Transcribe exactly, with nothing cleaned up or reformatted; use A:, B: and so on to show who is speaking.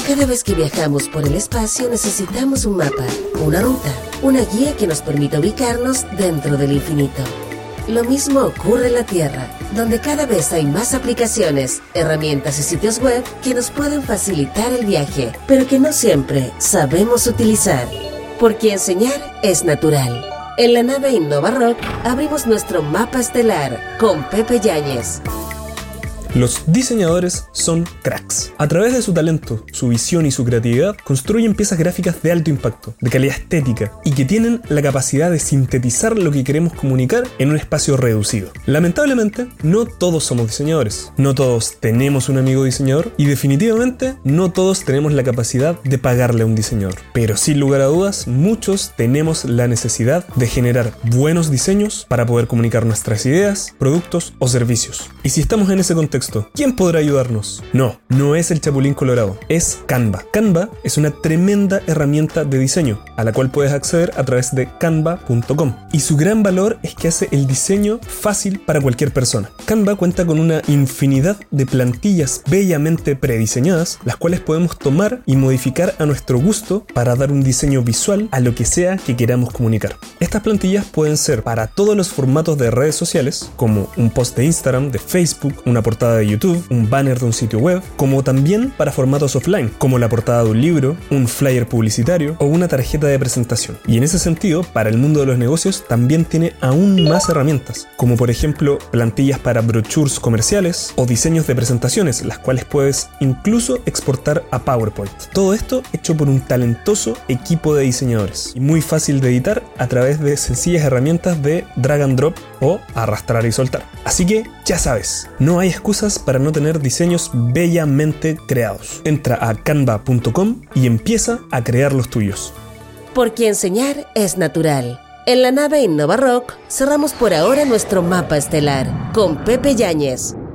A: Cada vez que viajamos por el espacio necesitamos un mapa, una ruta, una guía que nos permita ubicarnos dentro del infinito. Lo mismo ocurre en la Tierra, donde cada vez hay más aplicaciones, herramientas y sitios web que nos pueden facilitar el viaje, pero que no siempre sabemos utilizar. Porque enseñar es natural. En la nave InnovaRock abrimos nuestro mapa estelar con Pepe Yáñez.
B: Los diseñadores son cracks. A través de su talento, su visión y su creatividad, construyen piezas gráficas de alto impacto, de calidad estética y que tienen la capacidad de sintetizar lo que queremos comunicar en un espacio reducido. Lamentablemente, no todos somos diseñadores, no todos tenemos un amigo diseñador y definitivamente no todos tenemos la capacidad de pagarle a un diseñador. Pero sin lugar a dudas, muchos tenemos la necesidad de generar buenos diseños para poder comunicar nuestras ideas, productos o servicios. Y si estamos en ese contexto, ¿quién podrá ayudarnos? No, no es el Chapulín Colorado, es Canva. Canva es una tremenda herramienta de diseño a la cual puedes acceder a través de canva punto com y su gran valor es que hace el diseño fácil para cualquier persona. Canva cuenta con una infinidad de plantillas bellamente prediseñadas, las cuales podemos tomar y modificar a nuestro gusto para dar un diseño visual a lo que sea que queramos comunicar. Estas plantillas pueden ser para todos los formatos de redes sociales, como un post de Instagram, de Facebook, una portada de YouTube, un banner de un sitio web, como también para formatos offline, como la portada de un libro, un flyer publicitario o una tarjeta de presentación. Y en ese sentido, para el mundo de los negocios también tiene aún más herramientas, como por ejemplo plantillas para brochures comerciales o diseños de presentaciones, las cuales puedes incluso exportar a PowerPoint. Todo esto hecho por un talentoso equipo de diseñadores y muy fácil de editar a través de sencillas herramientas de drag and drop o arrastrar y soltar. Así que ya sabes, no hay excusas para no tener diseños bellamente creados. Entra a canva punto com y empieza a crear los tuyos.
A: Porque enseñar es natural. En la nave InnovaRock cerramos por ahora nuestro mapa estelar con Pepe Yáñez.